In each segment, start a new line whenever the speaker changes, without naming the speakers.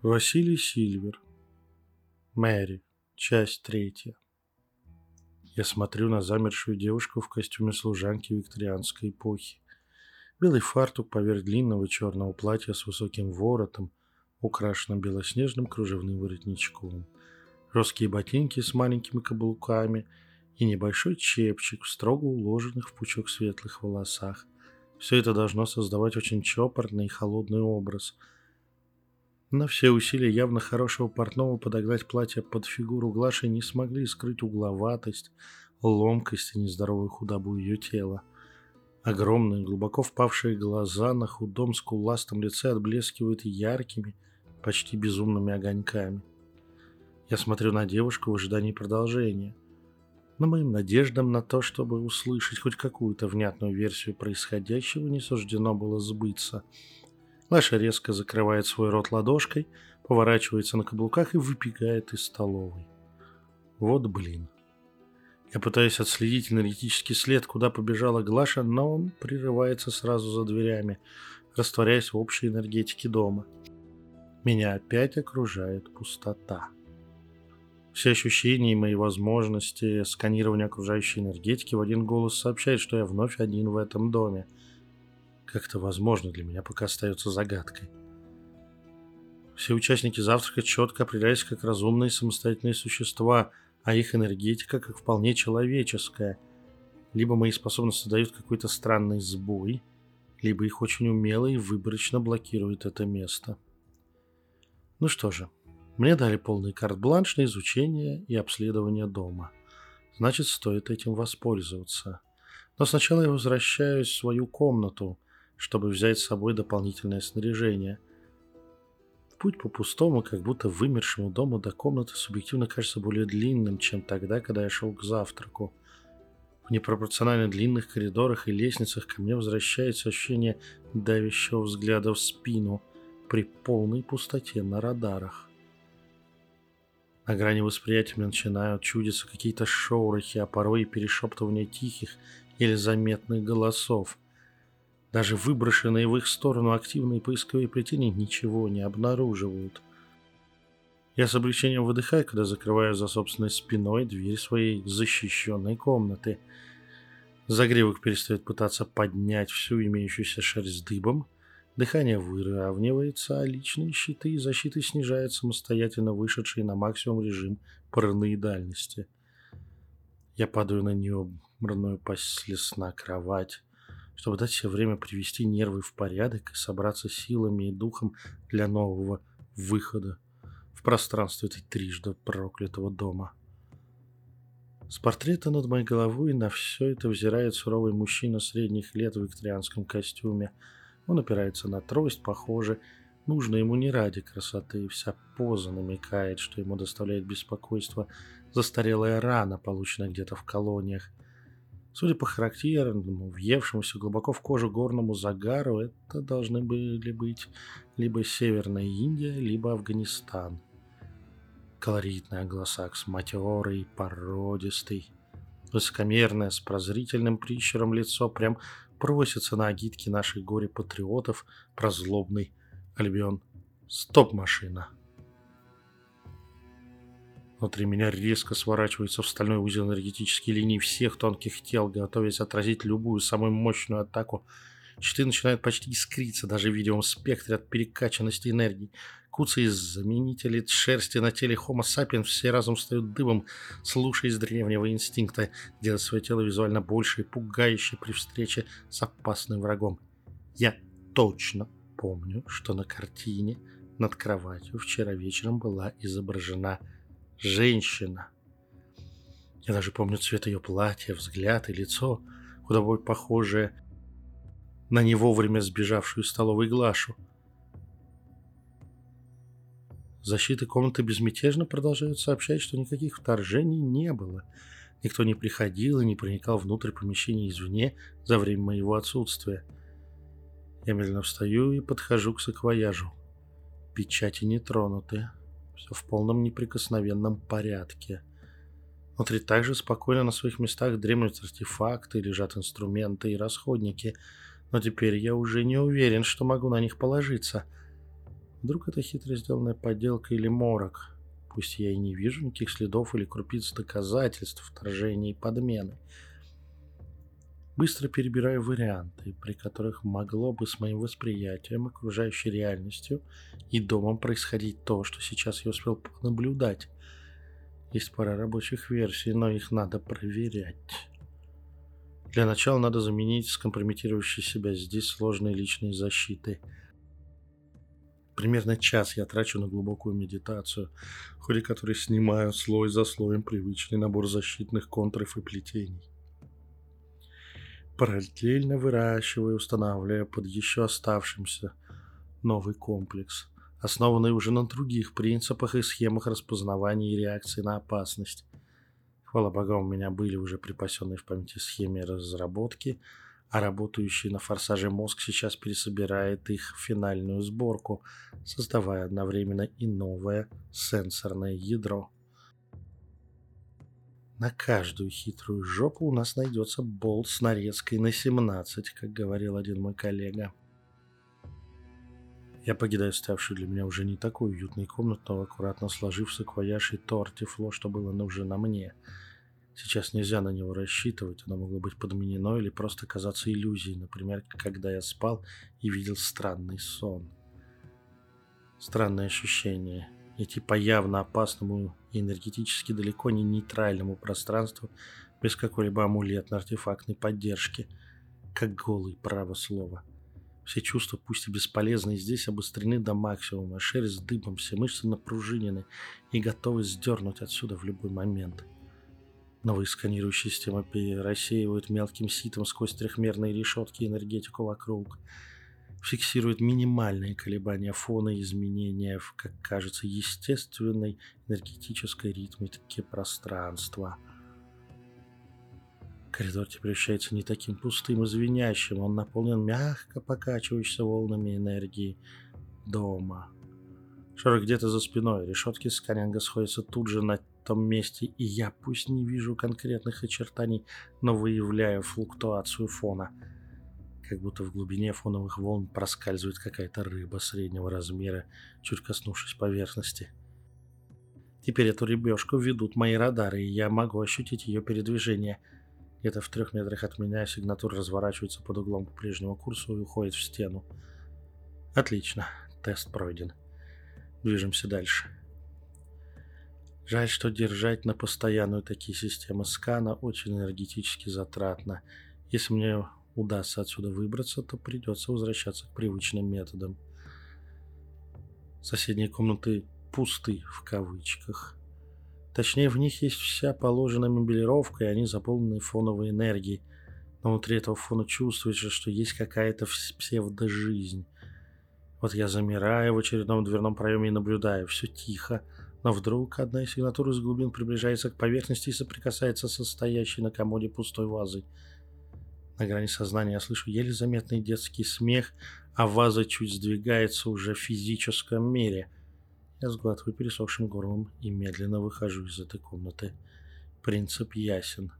Василий Сильвер. Мэри. Часть 3. Я смотрю на замершую девушку в костюме служанки викторианской эпохи. Белый фартук поверх длинного черного платья с высоким воротом, украшенным белоснежным кружевным воротничком, жесткие ботинки с маленькими каблуками и небольшой чепчик в строго уложенных в пучок светлых волосах. Все это должно создавать очень чопорный и холодный образ. Но все усилия явно хорошего портного подогнать платье под фигуру Глаши не смогли скрыть угловатость, ломкость и нездоровую худобу ее тела. Огромные, глубоко впавшие глаза на худом скуластом лице отблескивают яркими, почти безумными огоньками. Я смотрю на девушку в ожидании продолжения. Но моим надеждам на то, чтобы услышать хоть какую-то внятную версию происходящего, не суждено было сбыться. Глаша резко закрывает свой рот ладошкой, поворачивается на каблуках и выбегает из столовой. Вот блин. Я пытаюсь отследить энергетический след, куда побежала Глаша, но он прерывается сразу за дверями, растворяясь в общей энергетике дома. Меня опять окружает пустота. Все ощущения и мои возможности сканирования окружающей энергетики в один голос сообщают, что я вновь один в этом доме. Как это возможно, для меня пока остается загадкой. Все участники завтрака четко определялись как разумные самостоятельные существа, а их энергетика как вполне человеческая. Либо мои способности дают какой-то странный сбой, либо их очень умело и выборочно блокирует это место. Ну что же, мне дали полный карт-бланш на изучение и обследование дома. Значит, стоит этим воспользоваться. Но сначала я возвращаюсь в свою комнату, чтобы взять с собой дополнительное снаряжение. Путь по пустому, как будто вымершему дому до комнаты субъективно кажется более длинным, чем тогда, когда я шел к завтраку. В непропорционально длинных коридорах и лестницах ко мне возвращается ощущение давящего взгляда в спину при полной пустоте на радарах. На грани восприятия мне начинают чудиться какие-то шорохи, а порой и перешептывания тихих, еле заметных голосов. Даже выброшенные в их сторону активные поисковые плетения ничего не обнаруживают. Я с облегчением выдыхаю, когда закрываю за собственной спиной дверь своей защищенной комнаты. Загривок перестает пытаться поднять всю имеющуюся шерсть дыбом, дыхание выравнивается, а личные щиты и защиты снижают самостоятельно вышедший на максимум режим параноидальности. Я падаю на неубранную после сна кровать, чтобы дать себе время привести нервы в порядок и собраться силами и духом для нового выхода в пространство этой трижды проклятого дома. С портрета над моей головой на все это взирает суровый мужчина средних лет в викторианском костюме. Он опирается на трость, похоже, нужно ему не ради красоты, и вся поза намекает, что ему доставляет беспокойство застарелая рана, полученная где-то в колониях. Судя по характерному, въевшемуся глубоко в кожу горному загару, это должны были быть либо Северная Индия, либо Афганистан. Колоритный англосакс, матерый, породистый, высокомерное, с прозрительным прищуром лицо прям просится на агитки наших горе-патриотов про злобный Альбион. Стоп, машина! Внутри меня резко сворачивается в стальной узел энергетические линии всех тонких тел, готовясь отразить любую самую мощную атаку. Щиты начинают почти искриться, даже в видимом спектре от перекачанности энергии. Куцы из заменителей шерсти на теле Homo sapiens все разом встают дыбом, слушаясь древнего инстинкта делать свое тело визуально больше и пугающе при встрече с опасным врагом. Я точно помню, что на картине над кроватью вчера вечером была изображена женщина. Я даже помню цвет ее платья, взгляд и лицо, худобой похожее на не вовремя сбежавшую из столовой Глашу. Защиты комнаты безмятежно продолжают сообщать, что никаких вторжений не было. Никто не приходил и не проникал внутрь помещения извне за время моего отсутствия. Я медленно встаю и подхожу к саквояжу. Печати не тронуты. Все в полном неприкосновенном порядке. Внутри также спокойно на своих местах дремлют артефакты, лежат инструменты и расходники. Но теперь я уже не уверен, что могу на них положиться. Вдруг это хитро сделанная подделка или морок? Пусть я и не вижу никаких следов или крупиц доказательств вторжения и подмены. Быстро перебираю варианты, при которых могло бы с моим восприятием, окружающей реальностью и домом происходить то, что сейчас я успел наблюдать. Есть пара рабочих версий, но их надо проверять. Для начала надо заменить скомпрометирующие себя здесь сложные личные защиты. Примерно час я трачу на глубокую медитацию, в ходе которой снимаю слой за слоем привычный набор защитных контров и плетений. Параллельно выращиваю и устанавливаю под еще оставшимся новый комплекс, основанный уже на других принципах и схемах распознавания и реакции на опасность. Хвала богам, у меня были уже припасенные в памяти схемы разработки, а работающий на форсаже мозг сейчас пересобирает их в финальную сборку, создавая одновременно и новое сенсорное ядро. На каждую хитрую жопу у нас найдется болт с нарезкой на 17, как говорил один мой коллега. Я покидаю ставшую для меня уже не такую уютную комнату, но аккуратно сложив саквояж и то артефло, что было нужно мне. Сейчас нельзя на него рассчитывать, оно могло быть подменено или просто казаться иллюзией, например, когда я спал и видел странный сон. Странное ощущение. Идти по явно опасному и энергетически далеко не нейтральному пространству без какой-либо амулетно-артефактной поддержки. Как голый, право слово. Все чувства, пусть и бесполезные, здесь обострены до максимума, шерсть дыбом, все мышцы напружинены и готовы сдернуть отсюда в любой момент. Новые сканирующие системы рассеивают мелким ситом сквозь трехмерные решетки энергетику вокруг. Фиксирует минимальные колебания фона и изменения в, как кажется, естественной энергетической ритмике пространства. Коридор теперь ощущается не таким пустым и звенящим, он наполнен мягко покачивающимися волнами энергии дома. Шорох где-то за спиной, решетки сканинга сходятся тут же на том месте, и я, пусть не вижу конкретных очертаний, но выявляю флуктуацию фона. Как будто в глубине фоновых волн проскальзывает какая-то рыба среднего размера, чуть коснувшись поверхности. Теперь эту рыбешку ведут мои радары, и я могу ощутить ее передвижение. Где-то в 3 метрах от меня сигнатура разворачивается под углом к прежнему курсу и уходит в стену. Отлично, тест пройден. Движемся дальше. Жаль, что держать на постоянную такие системы скана очень энергетически затратно. Если мне удастся отсюда выбраться, то придется возвращаться к привычным методам. Соседние комнаты «пусты» в кавычках. Точнее, в них есть вся положенная мебелировка, и они заполнены фоновой энергией. Но внутри этого фона чувствуется, что есть какая-то псевдожизнь. Вот я замираю в очередном дверном проеме и наблюдаю. Все тихо. Но вдруг одна из сигнатур из глубин приближается к поверхности и соприкасается со стоящей на комоде пустой вазой. На грани сознания я слышу еле заметный детский смех, а ваза чуть сдвигается уже в физическом мире. Я сглатываю пересохшим горлом и медленно выхожу из этой комнаты. Принцип ясен.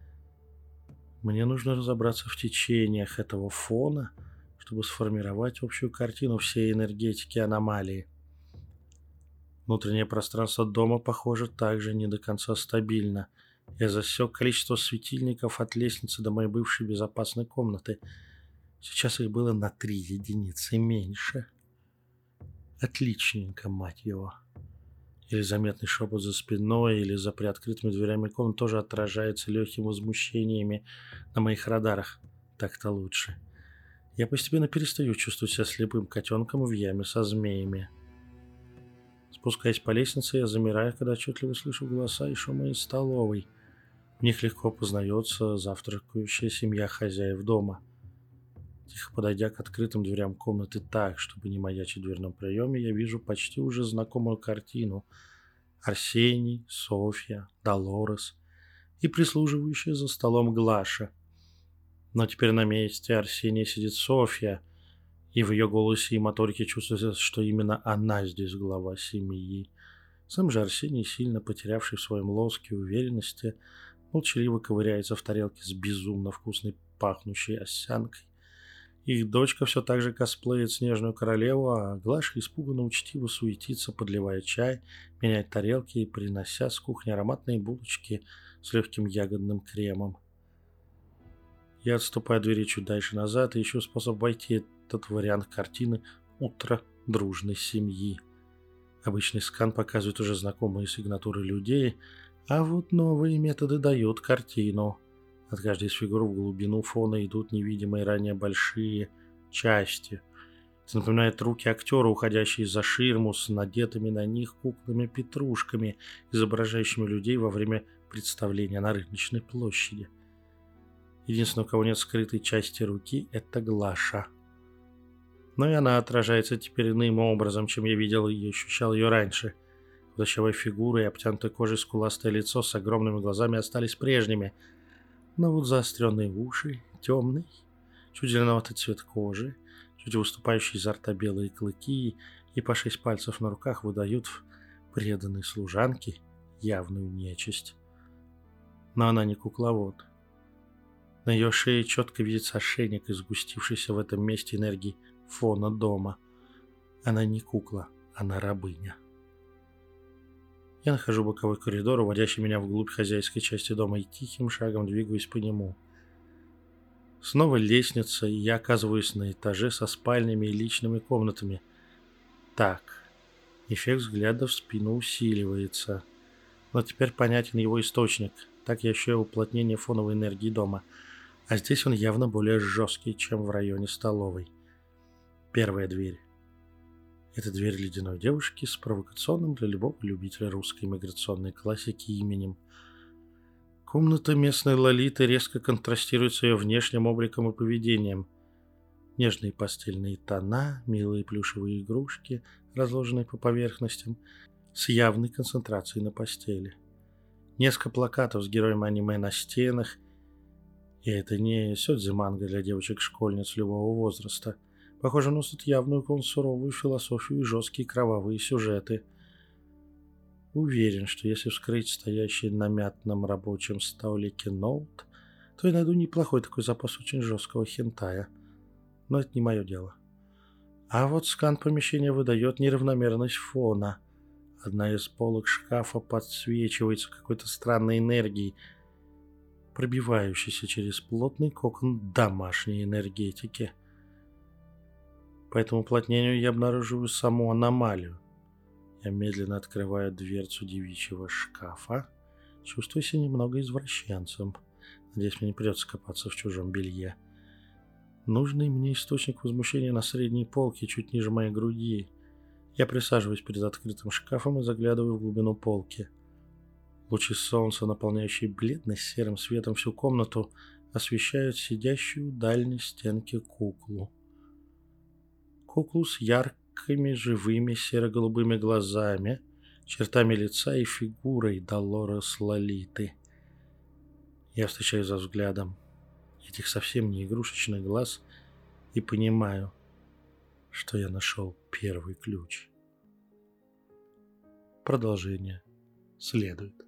Мне нужно разобраться в течениях этого фона, чтобы сформировать общую картину всей энергетики аномалии. Внутреннее пространство дома, похоже, также не до конца стабильно. Я засек количество светильников от лестницы до моей бывшей безопасной комнаты. Сейчас их было на 3 единицы меньше. Отличненько, мать его. Или заметный шепот за спиной, или за приоткрытыми дверями комнат тоже отражается легкими возмущениями на моих радарах. Так-то лучше. Я постепенно перестаю чувствовать себя слепым котенком в яме со змеями. Спускаясь по лестнице, я замираю, когда отчетливо слышу голоса и шумы из столовой. В них легко познается завтракающая семья хозяев дома. Тихо подойдя к открытым дверям комнаты так, чтобы не маячить в дверном проеме, я вижу почти уже знакомую картину. Арсений, Софья, Долорес и прислуживающая за столом Глаша. Но теперь на месте Арсения сидит Софья, и в ее голосе и моторике чувствуется, что именно она здесь глава семьи. Сам же Арсений, сильно потерявший в своем лоске уверенности, молчаливо ковыряется в тарелке с безумно вкусной пахнущей овсянкой Их дочка все так же косплеит Снежную Королеву, а Глаша испуганно учтиво суетится, подливая чай, меняет тарелки и принося с кухни ароматные булочки с легким ягодным кремом. Я отступаю от двери чуть дальше назад и ищу способ обойти этот вариант картины «Утро дружной семьи». Обычный скан показывает уже знакомые сигнатуры людей, а вот новые методы дают картину. От каждой из фигур в глубину фона идут невидимые ранее большие части. Это напоминает руки актера, уходящие за ширму с надетыми на них куклами-петрушками, изображающими людей во время представления на рыночной площади. Единственное, у кого нет скрытой части руки, это Глаша. Но и она отражается теперь иным образом, чем я видел и ощущал ее раньше. Худощавая фигура и обтянутое кожей скуластое лицо с огромными глазами остались прежними. Но вот заостренные уши, темный, чуть зеленоватый цвет кожи, чуть выступающие изо рта белые клыки и по 6 пальцев на руках выдают в преданной служанке явную нечисть. Но она не кукловод. На ее шее четко видится ошейник, изгустившийся в этом месте энергии фона дома. Она не кукла, она рабыня. Я нахожу боковой коридор, уводящий меня вглубь хозяйской части дома, и тихим шагом двигаюсь по нему. Снова лестница, и я оказываюсь на этаже со спальнями и личными комнатами. Так, эффект взгляда в спину усиливается. Но теперь понятен его источник. Так я ощущаю уплотнение фоновой энергии дома. А здесь он явно более жесткий, чем в районе столовой. Первая дверь. Это дверь ледяной девушки с провокационным для любого любителя русской миграционной классики именем. Комната местной Лолиты резко контрастирует с ее внешним обликом и поведением. Нежные пастельные тона, милые плюшевые игрушки, разложенные по поверхностям, с явной концентрацией на постели. Несколько плакатов с героем аниме на стенах. И это не сёдзи-манга для девочек-школьниц любого возраста. Похоже, носит явную суровую философию и жесткие кровавые сюжеты. Уверен, что если вскрыть стоящий на мятном рабочем столике ноут, то я найду неплохой такой запас очень жесткого хентая. Но это не мое дело. А вот скан помещения выдает неравномерность фона. Одна из полок шкафа подсвечивается какой-то странной энергией, пробивающейся через плотный кокон домашней энергетики. По этому уплотнению я обнаруживаю саму аномалию. Я медленно открываю дверцу девичьего шкафа, чувствуя себя немного извращенцем. Надеюсь, мне не придется копаться в чужом белье. Нужный мне источник возмущения на средней полке, чуть ниже моей груди. Я присаживаюсь перед открытым шкафом и заглядываю в глубину полки. Лучи солнца, наполняющие бледно-серым светом всю комнату, освещают сидящую у дальней стенки куклу. Куклу с яркими, живыми серо-голубыми глазами, чертами лица и фигурой Долорес Лолиты. Я встречаю за взглядом этих совсем не игрушечных глаз и понимаю, что я нашел первый ключ. Продолжение следует.